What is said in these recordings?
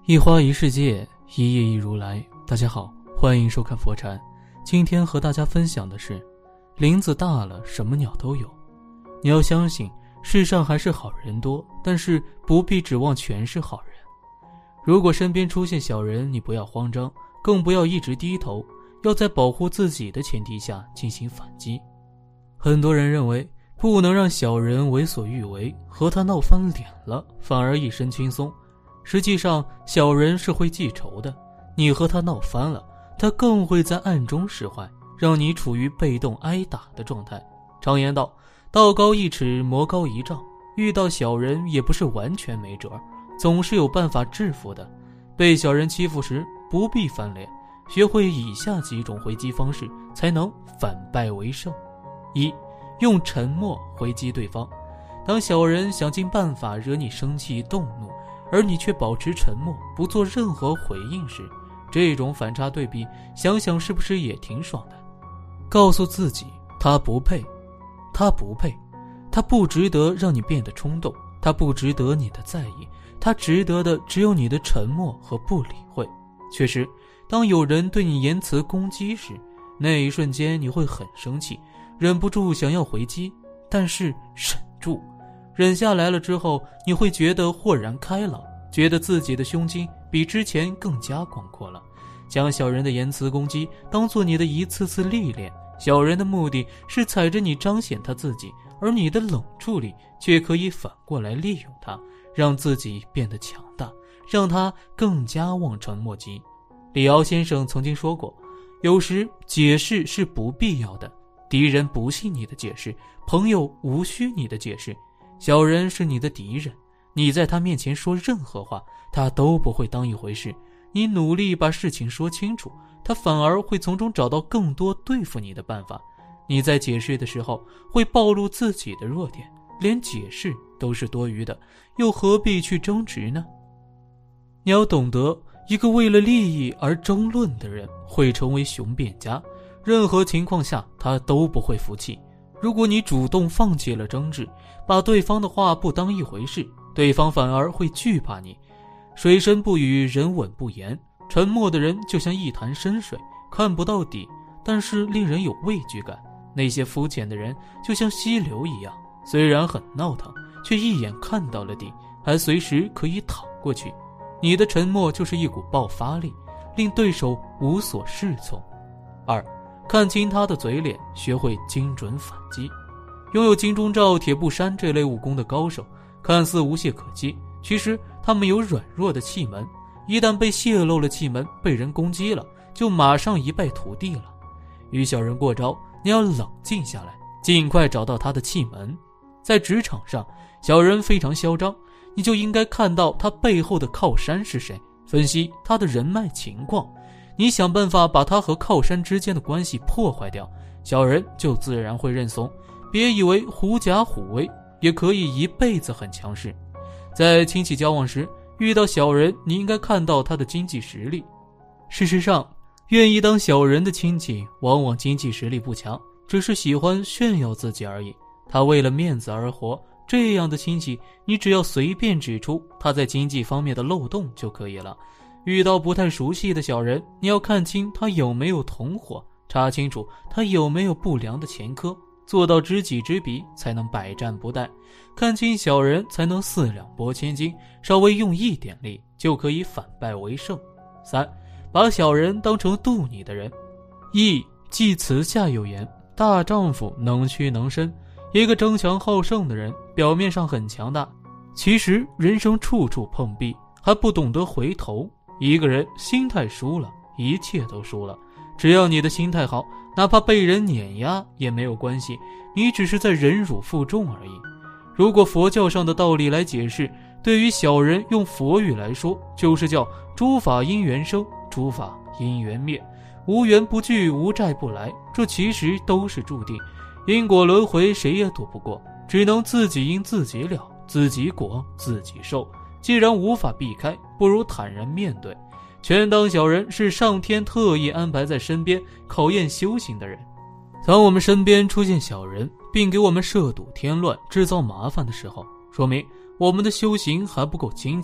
一花一世界，一叶一如来。大家好，欢迎收看佛禅。今天和大家分享的是，林子大了，什么鸟都有。你要相信，世上还是好人多，但是不必指望全是好人。如果身边出现小人，你不要慌张，更不要一直低头，要在保护自己的前提下进行反击。很多人认为，不能让小人为所欲为，和他闹翻脸了，反而一身轻松。实际上，小人是会记仇的，你和他闹翻了，他更会在暗中使坏，让你处于被动挨打的状态。常言道，道高一尺，魔高一丈，遇到小人也不是完全没辙，总是有办法制服的。被小人欺负时，不必翻脸，学会以下几种回击方式，才能反败为胜。一，用沉默回击对方。当小人想尽办法惹你生气动怒，而你却保持沉默，不做任何回应时，这种反差对比，想想是不是也挺爽的？告诉自己，他不配，他不配，他不值得让你变得冲动，他不值得你的在意，他值得的只有你的沉默和不理会。确实，当有人对你言辞攻击时，那一瞬间你会很生气，忍不住想要回击，但是忍住。忍下来了之后，你会觉得豁然开朗，觉得自己的胸襟比之前更加广阔了。将小人的言辞攻击当作你的一次次历练，小人的目的是踩着你彰显他自己，而你的冷处理却可以反过来利用他，让自己变得强大，让他更加望尘莫及。李敖先生曾经说过，有时解释是不必要的，敌人不信你的解释，朋友无需你的解释。小人是你的敌人，你在他面前说任何话，他都不会当一回事。你努力把事情说清楚，他反而会从中找到更多对付你的办法。你在解释的时候会暴露自己的弱点，连解释都是多余的，又何必去争执呢？你要懂得，一个为了利益而争论的人会成为雄辩家，任何情况下他都不会服气。如果你主动放弃了争执，把对方的话不当一回事，对方反而会惧怕你。水深不语，人稳不言。沉默的人就像一潭深水，看不到底，但是令人有畏惧感。那些肤浅的人就像溪流一样，虽然很闹腾，却一眼看到了底，还随时可以淌过去。你的沉默就是一股爆发力，令对手无所适从。二，看清他的嘴脸，学会精准反击。拥有金钟罩、铁布衫这类武功的高手，看似无懈可击，其实他们有软弱的气门，一旦被泄露了气门，被人攻击了，就马上一败涂地了。与小人过招，你要冷静下来，尽快找到他的气门。在职场上，小人非常嚣张，你就应该看到他背后的靠山是谁，分析他的人脉情况，你想办法把他和靠山之间的关系破坏掉，小人就自然会认怂。别以为狐假虎威也可以一辈子很强势。在亲戚交往时，遇到小人，你应该看到他的经济实力。事实上，愿意当小人的亲戚往往经济实力不强，只是喜欢炫耀自己而已。他为了面子而活，这样的亲戚你只要随便指出他在经济方面的漏洞就可以了。遇到不太熟悉的小人，你要看清他有没有同伙，查清楚他有没有不良的前科，做到知己知彼，才能百战不殆。看清小人，才能四两拨千斤，稍微用一点力就可以反败为胜。三，把小人当成渡你的人。义济慈下有言，大丈夫能屈能伸。一个争强好胜的人，表面上很强大，其实人生处处碰壁，还不懂得回头。一个人心态输了，一切都输了。只要你的心态好，哪怕被人碾压也没有关系，你只是在忍辱负重而已。如果佛教上的道理来解释，对于小人用佛语来说，就是叫诸法因缘生，诸法因缘灭，无缘不聚，无债不来。这其实都是注定，因果轮回谁也躲不过，只能自己因自己了，自己果自己受。既然无法避开，不如坦然面对。权当小人是上天特意安排在身边考验修行的人。当我们身边出现小人，并给我们设堵添乱，制造麻烦的时候，说明我们的修行还不够精进，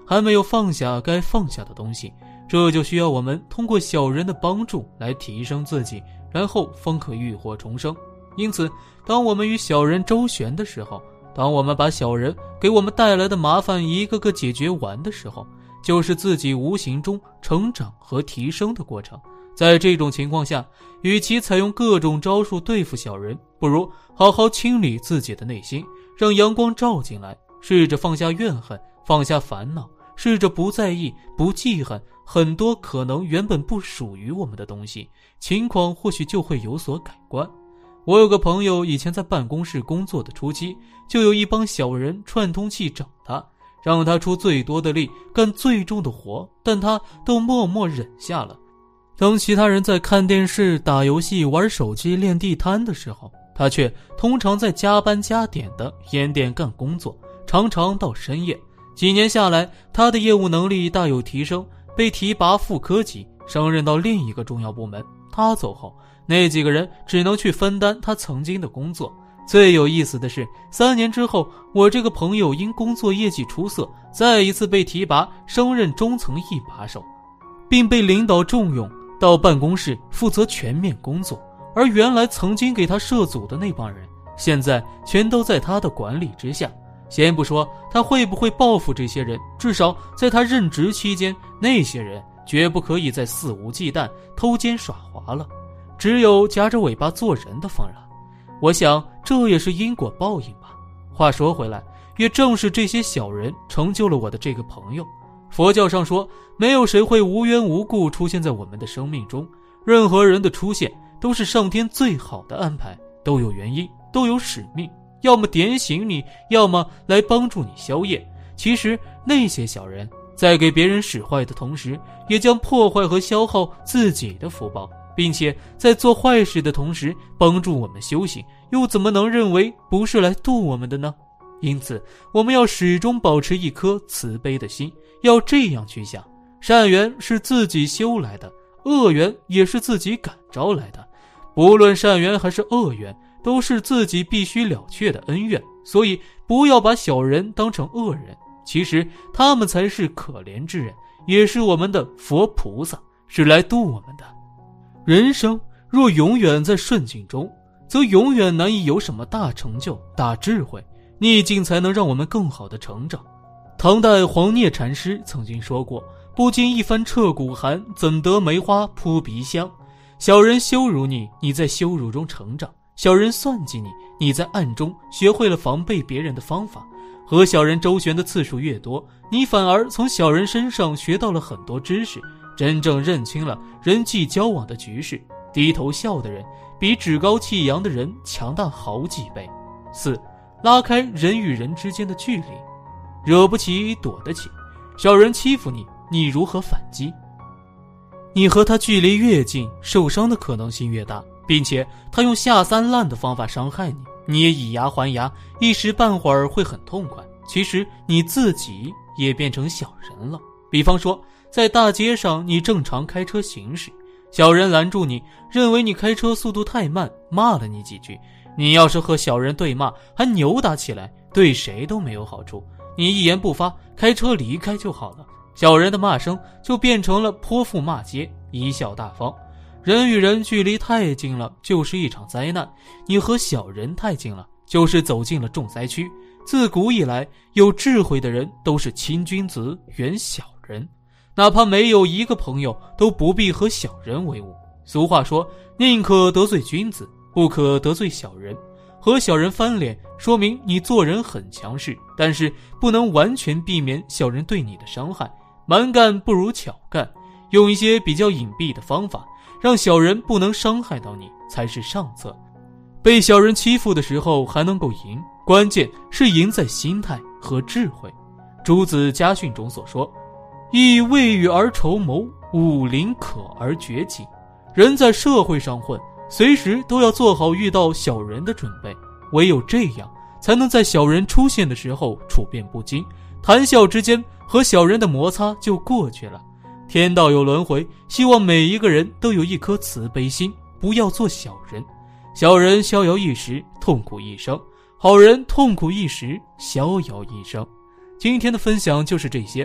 还没有放下该放下的东西，这就需要我们通过小人的帮助来提升自己，然后方可浴火重生。因此，当我们与小人周旋的时候，当我们把小人给我们带来的麻烦一个个解决完的时候，就是自己无形中成长和提升的过程。在这种情况下，与其采用各种招数对付小人，不如好好清理自己的内心，让阳光照进来，试着放下怨恨，放下烦恼，试着不在意，不记恨很多可能原本不属于我们的东西，情况或许就会有所改观。我有个朋友以前在办公室工作的初期，就有一帮小人串通气整他，让他出最多的力，干最重的活，但他都默默忍下了。当其他人在看电视、打游戏、玩手机、练地摊的时候，他却通常在加班加点的盐店干工作，常常到深夜。几年下来，他的业务能力大有提升，被提拔副科级，升任到另一个重要部门。他走后，那几个人只能去分担他曾经的工作。最有意思的是，3年之后，我这个朋友因工作业绩出色，再一次被提拔，升任中层一把手，并被领导重用，到办公室负责全面工作。而原来曾经给他设组的那帮人，现在全都在他的管理之下。先不说他会不会报复这些人，至少在他任职期间，那些人绝不可以再肆无忌惮、偷奸耍滑了，只有夹着尾巴做人的份了。我想这也是因果报应吧。话说回来，也正是这些小人成就了我的这个朋友。佛教上说，没有谁会无缘无故出现在我们的生命中，任何人的出现都是上天最好的安排，都有原因，都有使命，要么点醒你，要么来帮助你消业。其实那些小人在给别人使坏的同时，也将破坏和消耗自己的福报，并且在做坏事的同时帮助我们修行，又怎么能认为不是来度我们的呢？因此我们要始终保持一颗慈悲的心，要这样去想，善缘是自己修来的，恶缘也是自己感召来的，不论善缘还是恶缘，都是自己必须了却的恩怨。所以不要把小人当成恶人，其实他们才是可怜之人，也是我们的佛菩萨，是来度我们的。人生若永远在顺境中，则永远难以有什么大成就、大智慧，逆境才能让我们更好的成长。唐代黄聂禅师曾经说过，不经一番彻骨寒，怎得梅花扑鼻香。小人羞辱你，你在羞辱中成长；小人算计你，你在暗中学会了防备别人的方法。和小人周旋的次数越多，你反而从小人身上学到了很多知识，真正认清了人际交往的局势。低头笑的人比趾高气扬的人强大好几倍。4. 拉开人与人之间的距离，惹不起躲得起，小人欺负你，你如何反击？你和他距离越近，受伤的可能性越大，并且他用下三滥的方法伤害你，你也以牙还牙，一时半会儿会很痛快，其实你自己也变成小人了。比方说，在大街上你正常开车行驶，小人拦住你，认为你开车速度太慢，骂了你几句。你要是和小人对骂，还扭打起来，对谁都没有好处。你一言不发，开车离开就好了，小人的骂声就变成了泼妇骂街，贻笑大方。人与人距离太近了，就是一场灾难；你和小人太近了，就是走进了重灾区。自古以来，有智慧的人都是亲君子，远小人。哪怕没有一个朋友，都不必和小人为伍。俗话说，宁可得罪君子，不可得罪小人。和小人翻脸，说明你做人很强势，但是不能完全避免小人对你的伤害。蛮干不如巧干，用一些比较隐蔽的方法，让小人不能伤害到你，才是上策。被小人欺负的时候还能够赢，关键是赢在心态和智慧。朱子家训中所说，亦未雨而绸缪，勿临渴而绝己。人在社会上混，随时都要做好遇到小人的准备，唯有这样才能在小人出现的时候处变不惊，谈笑之间和小人的摩擦就过去了。天道有轮回，希望每一个人都有一颗慈悲心，不要做小人。小人逍遥一时，痛苦一生；好人痛苦一时，逍遥一生。今天的分享就是这些，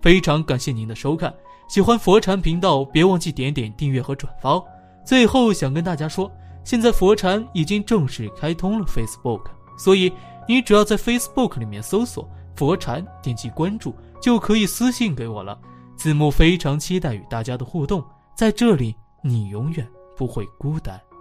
非常感谢您的收看，喜欢佛禅频道别忘记点点订阅和转发。最后想跟大家说，现在佛禅已经正式开通了 Facebook， 所以你只要在 Facebook 里面搜索佛禅，点击关注就可以私信给我了。子木非常期待与大家的互动，在这里你永远不会孤单。